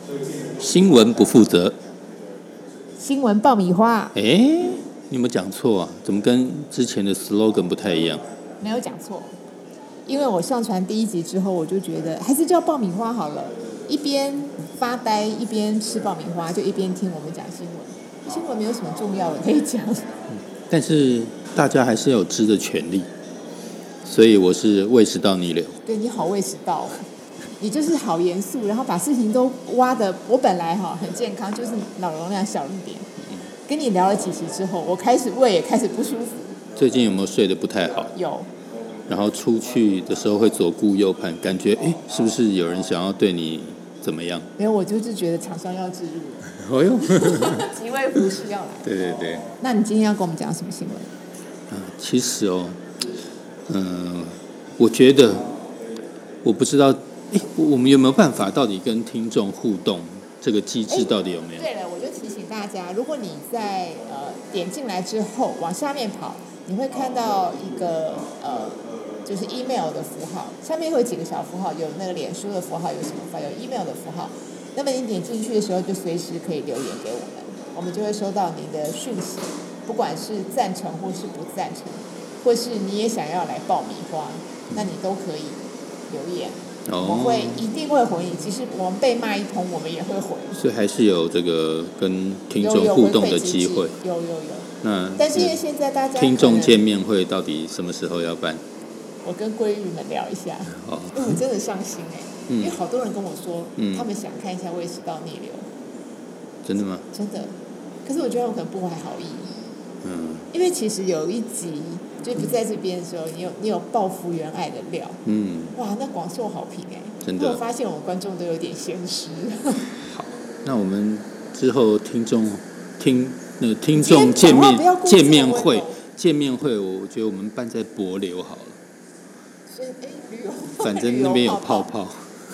新闻不负责。 新闻爆米花。 你有没有讲错啊？怎么跟之前的 slogan 不太一样？ 没有讲错，因为我上传第1集之后，我就觉得还是叫爆米花好了，一边发呆一边吃爆米花，就一边听我们讲新闻。新闻没有什么重要的可以讲， 但是大家还是要有知的权利，所以我是胃食道逆流。 对，你好胃食道，你就是好严肃，然后把事情都挖的。我本来很健康，就是脑容量小一点。跟你聊了几集之后，我开始胃也开始不舒服。 最近有没有睡得不太好？ 有。 然后出去的时候会左顾右盼，感觉是不是有人想要对你怎么样？ 没有，我就是觉得厂商要置入。 哦哟， 几位护士要来。 对对对。 那你今天要跟我们讲什么新闻？ 其实我觉得我不知道，我们有没有办法到底跟听众互动？这个机制到底有没有？ 对了，我就提醒大家，如果你在点进来之后往下面跑，你会看到一个就是 email 的符号，下面会有几个小符号，有那个脸书的符号，有什么符号，有 email 的符号。那么你点进去的时候，就随时可以留言给我们，我们就会收到您的讯息，不管是赞成或是不赞成，或是你也想要来爆米花，那你都可以留言。我们一定会回你，即使我们被骂一通，我们也会回。所以还是有这个跟听众互动的机会。 有。 那但是因为现在大家听众见面会到底什么时候要办？ 我跟鲑鱼们聊一下。因为我真的伤心因为好多人跟我说，他们想看一下胃食道逆流。 真的吗？ 真的。可是我觉得我可能不怀好意。因为其实有一集就不在这边的时候，你有报复原爱的料。哇，那广受好评真的。 我发现我们观众都有点先失。 好，那我们之后听众见面会，我觉得我们办在帛琉好了。 旅游。 反正那边有泡泡。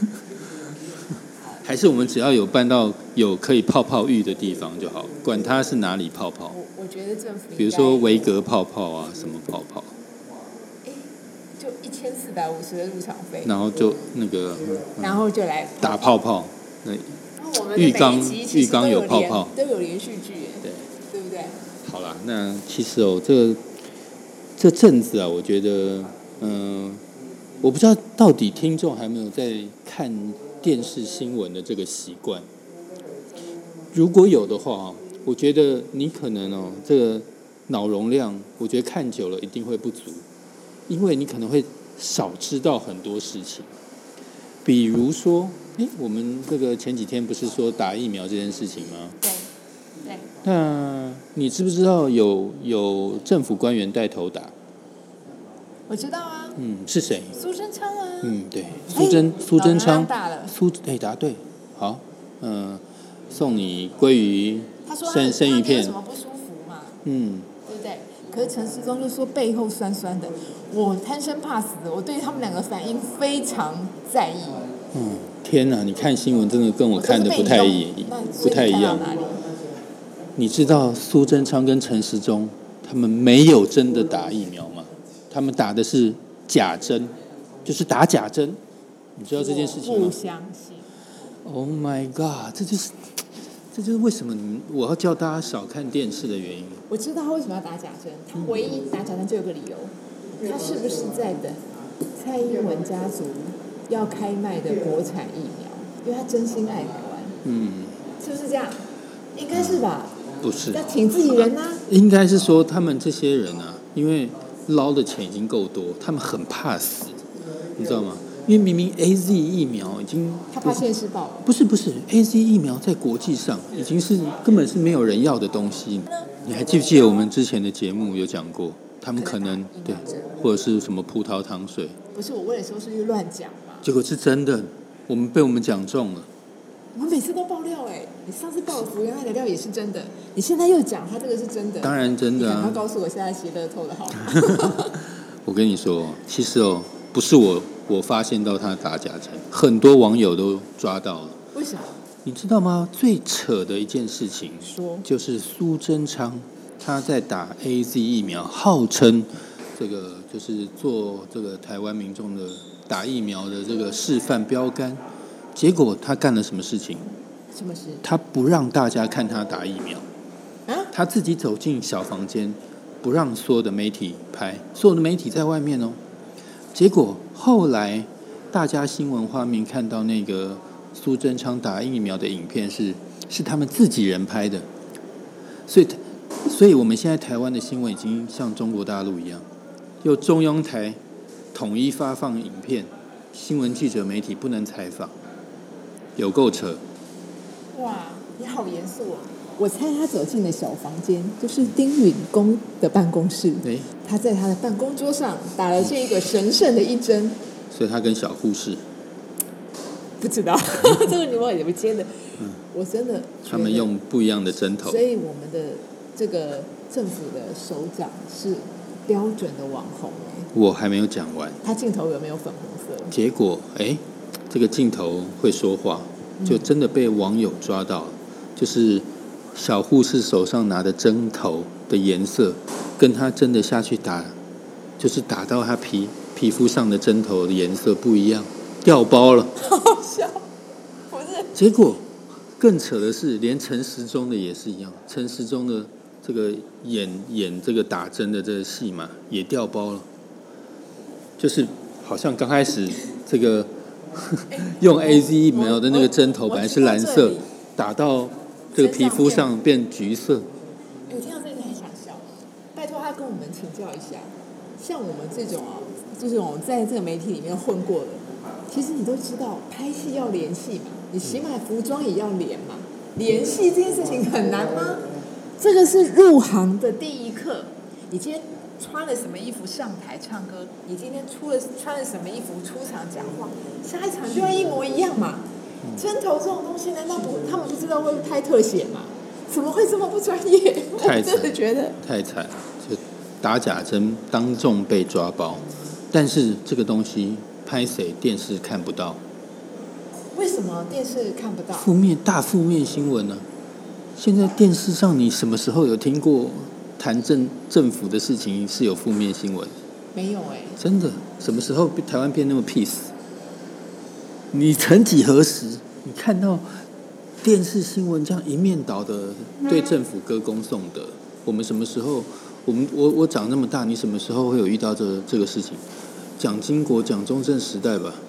还是我们只要有办到有可以泡泡浴的地方就好，管它是哪里泡泡。 我觉得政府比如说维格泡泡啊，什么泡泡。 就1450的入场费。 然后就那个。 然后就来打泡泡。浴缸有泡泡， 都有连续剧对不对？ 好啦，那其实这阵子啊，我觉得我不知道到底听众还没有在看电视新闻的这个习惯。如果有的话，我觉得你可能这个脑容量，我觉得看久了一定会不足，因为你可能会少知道很多事情，比如说。我们这个前几天不是说打疫苗这件事情吗？ 对。 那你知不知道有政府官员带头打？ 我知道啊。 是谁？ 苏贞昌啊。 对，苏贞昌打了。 答对，好，送你鲑鱼生鱼片。 他说他没有什么不舒服嘛？对不对？可是陈时中就说背后酸酸的，我贪生怕死的，我对他们两个反应非常在意。 天哪！你看新闻真的跟我看的不太一样。你知道苏贞昌跟陈时中他们没有真的打疫苗吗？他们打的是假针，就是打假针。你知道这件事情吗？ 不相信。 Oh my god！ 这就是为什么我要叫大家少看电视的原因。 我知道他为什么要打假针，他唯一打假针就有个理由，他是不是在等蔡英文家族要开卖的国产疫苗，因为他真心爱台湾。是不是这样？应该是吧。 不是。 要挺自己人啊。 应该是说他们这些人啊，因为捞的钱已经够多，他们很怕死，你知道吗？因为明明 AZ 疫苗已经， 他怕现世报。 不是 AZ 疫苗在国际上已经是根本是没有人要的东西。你还记不记得我们之前的节目有讲过，他们可能对，或者是什么葡萄糖水？ 不是，我为了收视率乱讲嘛。 结果是真的，被我们讲中了。 我们每次都爆料你上次爆的福原爱的料也是真的，你现在又讲他这个是真的。 当然真的啊！ 你赶快告诉我现在写乐透的号码。 我跟你说，其实不是我发现到他打假针，很多网友都抓到了。 为什么？ 你知道吗？最扯的一件事情，就是苏贞昌他在打 AZ 疫苗，号称这个就是做这个台湾民众的打疫苗的这个示范标杆，结果他干了什么事情？ 什么事？ 他不让大家看他打疫苗，他自己走进小房间，不让所有的媒体拍，所有的媒体在外面哦。结果后来大家新闻画面看到那个苏贞昌打疫苗的影片是他们自己人拍的，所以我们现在台湾的新闻已经像中国大陆一样，由中央台统一发放影片，新闻记者媒体不能采访，有够扯。 哇，你好严肃哦！我猜他走进的小房间就是丁允恭的办公室，他在他的办公桌上打了这个神圣的一针， 所以他跟小护士不知道这个你们怎么接的？我真的他们用不一样的针头， 所以我们的这个政府的首长是标准的网红我还没有讲完， 他镜头有没有粉红色？ 结果这个镜头会说话，就真的被网友抓到了，就是小护士手上拿的针头的颜色，跟他真的下去打，就是打到他皮肤上的针头的颜色不一样，掉包了。 好好笑，不是？ 结果更扯的是，连陈时中的也是一样，陈时中的这个演这个打针的这个戏码也掉包了，就是好像刚开始这个用 AZ 疫苗的那个针头本来是蓝色，打到这个皮肤上变橘色。 我听到这个很想笑，拜托他跟我们请教一下，像我们这种在这个媒体里面混过的，其实你都知道拍戏要连戏嘛，你起码服装也要连嘛，连戏这件事情很难吗？这个是入行的第一课，你今天穿了什么衣服上台唱歌，你今天穿了什么衣服出场讲话，下一场就要一模一样嘛。针头这种东西，难道他们不知道会拍特写吗？怎么会这么不专业？我真的觉得太惨了，就打假针当众被抓包，但是这个东西拍谁电视看不到？ 为什么电视看不到？ 大负面新闻呢、现在电视上你什么时候有听过谈政府的事情是有负面新闻？ 没有真的，什么时候台湾变那么 peace？ 你曾几何时，你看到电视新闻这样一面倒的对政府歌功颂德？我们什么时候？我长那么大，你什么时候会有遇到这个事情？蒋经国、蒋中正时代吧。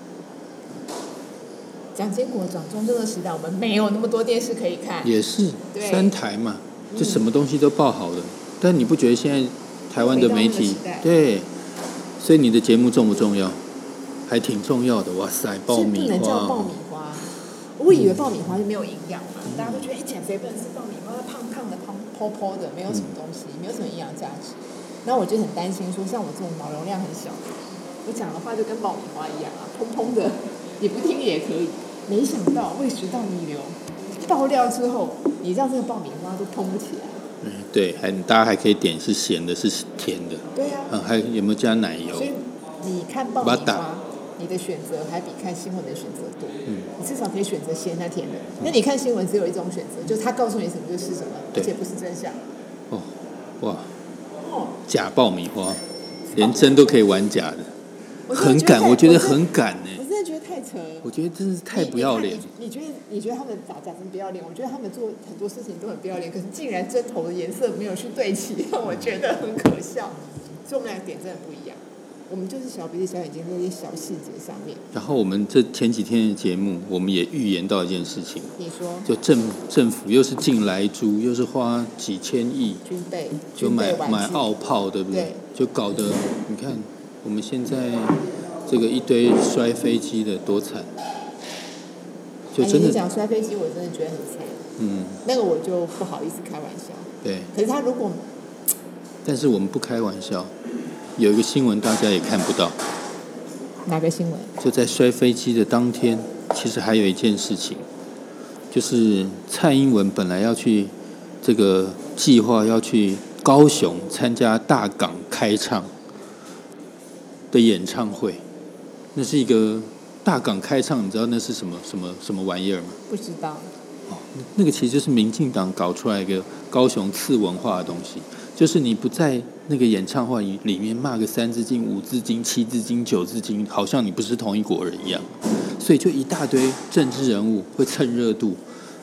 蒋经国、蒋中正的时代，我们没有那么多电视可以看。 也是3台嘛，就什么东西都报好了。但你不觉得现在台湾的媒体对？所以你的节目重不重要？还挺重要的。哇塞，爆米花！ 不能叫爆米花。我以为爆米花就没有营养嘛，大家都觉得减肥不能吃爆米花，胖胖的、泡泡的，没有什么东西，没有什么营养价值。然后我就很担心说，像我这种脑容量很小，我讲的话就跟爆米花一样啊，砰砰的，你不听也可以。没想到胃食道逆流爆料之后，你让这个爆米花都膨不起来。 对，大家还可以点是咸的，是甜的。 对啊。 还有没有加奶油？ 所以你看爆米花，你的选择还比看新闻的选择多。你至少可以选择咸的、甜的。那你看新闻只有一种选择，就是他告诉你什么就是什么，而且不是真相。 哇！假爆米花，连真都可以玩假的，很敢，我觉得很敢呢。 我真的觉得太扯了。 我觉得真的是太不要脸。 你觉得他们打假真不要脸？我觉得他们做很多事情都很不要脸，可是竟然针头的颜色没有去对齐，让我觉得很可笑。所以我们俩点真的不一样。我们就是小鼻子小眼睛在一些小细节上面。 然后我们这前几天的节目，我们也预言到一件事情。 你说？ 就政府又是进来猪，又是花几千亿军备， 就买奥炮，对不对？就搞得你看我们现在这个一堆摔飞机的多惨。就真的你讲摔飞机，我真的觉得很惨。那个我就不好意思开玩笑。 对。 可是他如果， 但是我们不开玩笑。有一个新闻大家也看不到。 哪个新闻？ 就在摔飞机的当天，其实还有一件事情，就是蔡英文本来要去这个计划要去高雄参加大港开唱的演唱会。那是一个大港开唱，你知道那是什么玩意儿吗？ 不知道。 那个其实就是民进党搞出来一个高雄次文化的东西。就是你不在那个演唱会里面骂个3字经、5字经、7字经、9字经，好像你不是同一国人一样。所以就一大堆政治人物会蹭热度，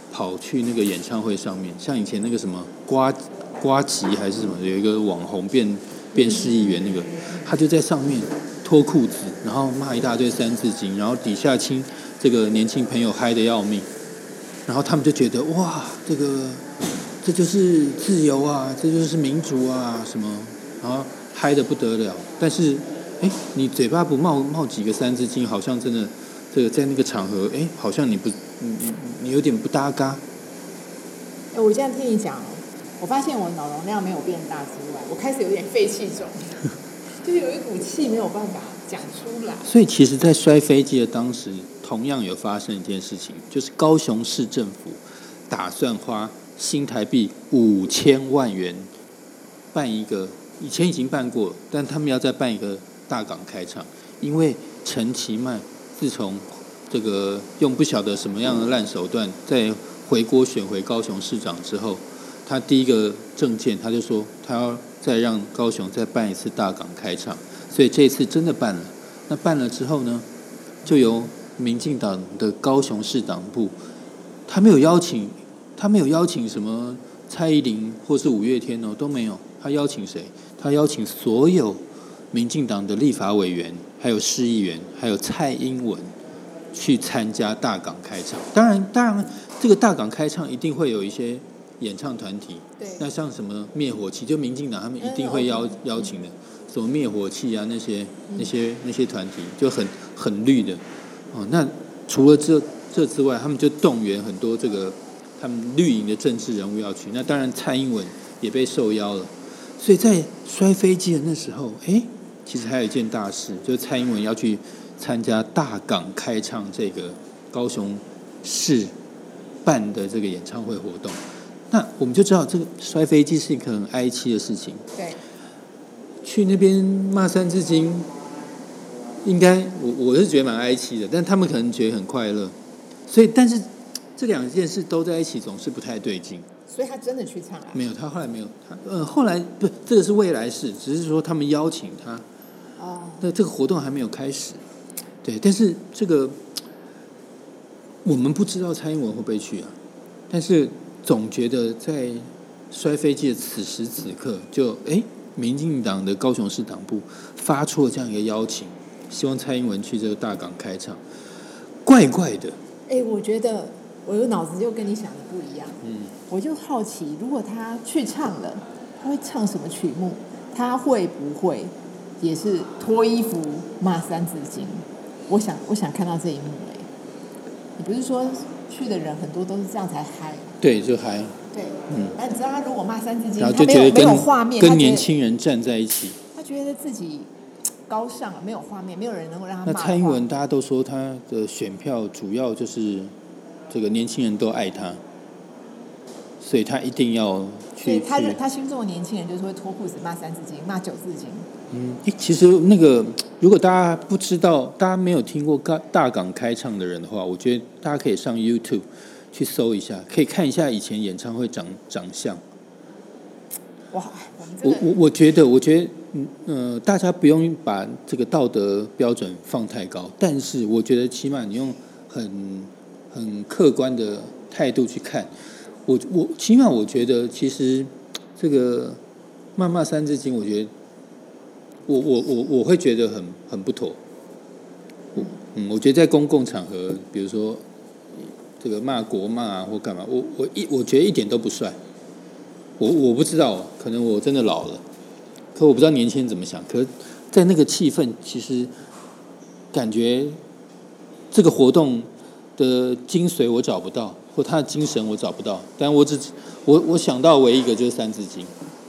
跑去那个演唱会上面，像以前那个什么瓜吉还是什么，有一个网红变市议员那个，他就在上面脱裤子，然后骂一大堆三字经，然后底下这个年轻朋友嗨得要命，然后他们就觉得哇，这就是自由啊，这就是民主啊什么，然后嗨得不得了。但是你嘴巴不冒几个三字经，好像真的这个在那个场合，好像你有点不搭嘎。 我这样听你讲，我发现我脑容量没有变大之外，我开始有点肺气肿，就是有一股气没有办法讲出来。 所以其实在摔飞机的当时，同样有发生一件事情，就是高雄市政府打算花新台币5000万元办一个，以前已经办过了，但他们要再办一个大港开唱，因为陈其迈自从这个用不晓得什么样的烂手段在回国选回高雄市长之后，他第一个政见他就说他要再让高雄再办一次大港开唱，所以这一次真的办了。那办了之后呢，就由民进党的高雄市党部，他没有邀请什么蔡依林或是五月天都没有。他邀请谁？他邀请所有民进党的立法委员，还有市议员，还有蔡英文去参加大港开唱。当然，这个大港开唱一定会有一些演唱团体。 对。 那像什么灭火器，就民进党他们一定会邀请的，什么灭火器啊那些团体就很绿的。那除了这之外，他们就动员很多这个他们绿营的政治人物要去。那当然蔡英文也被受邀了。所以在摔飞机的那时候，其实还有一件大事，就是蔡英文要去参加大港开唱这个高雄市办的这个演唱会活动。那我们就知道，这个摔飞机是一个很哀戚的事情。 对。 去那边骂三字经，应该我是觉得蛮哀戚的，但他们可能觉得很快乐。所以，但是这两件事都在一起，总是不太对劲。 所以他真的去唱啊？ 没有，他后来没有。后来不，这个是未来事，只是说他们邀请他。那这个活动还没有开始。对，但是这个我们不知道蔡英文会不会去啊。但是总觉得在摔飞机的此时此刻，就民进党的高雄市党部发出了这样一个邀请，希望蔡英文去这个大港开唱，怪怪的。 我觉得我的脑子就跟你想的不一样。我就好奇，如果他去唱了，他会唱什么曲目？他会不会也是脱衣服骂三字经？我想看到这一幕。你不是说去的人很多都是这样才嗨？对， 就嗨。 对，那你知道他如果骂三字经， 然后就觉得没有画面， 跟年轻人站在一起， 他觉得自己高尚，没有画面，没有人能够让他骂。 那蔡英文大家都说他的选票主要就是这个年轻人都爱他，所以他一定要去。 所以他心中的年轻人就是会脱裤子骂三字经，骂九字经。 其实那个如果大家不知道，大家没有听过大港开唱的人的话，我觉得大家可以上 YouTube 去搜一下，可以看一下以前演唱会长相。 哇， 我觉得大家不用把这个道德标准放太高，但是我觉得起码你用很客观的态度去看，起码我觉得其实这个骂三字经，我觉得我会觉得很不妥。我觉得在公共场合，比如说这个骂国骂啊或干嘛，我觉得一点都不帅。我不知道，可能我真的老了，可我不知道年轻人怎么想。可是在那个气氛，其实感觉这个活动的精髓我找不到，或他的精神我找不到。但我想到唯一一个就是三字经，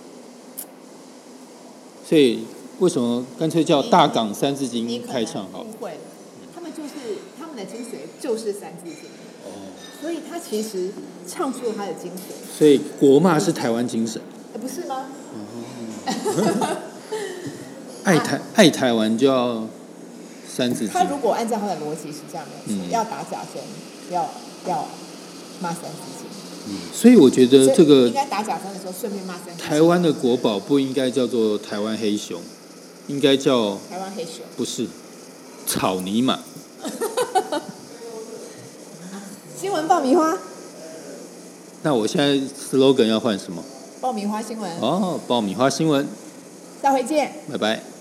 所以为什么干脆叫大港三字经开唱好？ 误会了，他们的精髓就是三字经。所以他其实唱出了他的精髓。 所以国骂是台湾精神。 不是吗？ 爱台湾就要三字经。 他如果按照他的逻辑是这样的，要打假针，要骂三字经。 所以我觉得这个应该打假针的时候顺便骂三字经。 台湾的国宝不应该叫做台湾黑熊，应该叫台湾黑熊。不是，草泥马。 新闻爆米花。 那我现在 slogan 要换什么？ 爆米花新闻， 哦，爆米花新闻， 下回见。 拜拜。